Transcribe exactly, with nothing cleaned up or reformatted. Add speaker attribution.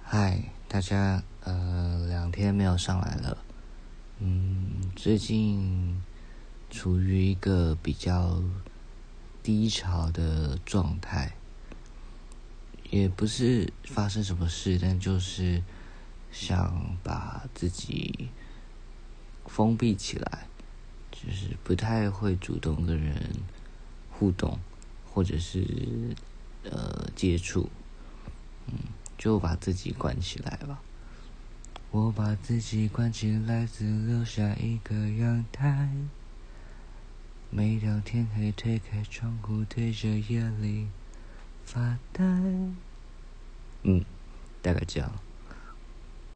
Speaker 1: 嗨，大家，呃，两天没有上来了。嗯，最近处于一个比较低潮的状态，也不是发生什么事，但就是想把自己封闭起来，就是不太会主动跟人互动，或者是呃接触。嗯，就把自己关起来吧。我把自己关起来，只留下一个阳台。每当天黑，推开窗户，对着夜里发呆。嗯，大概这样。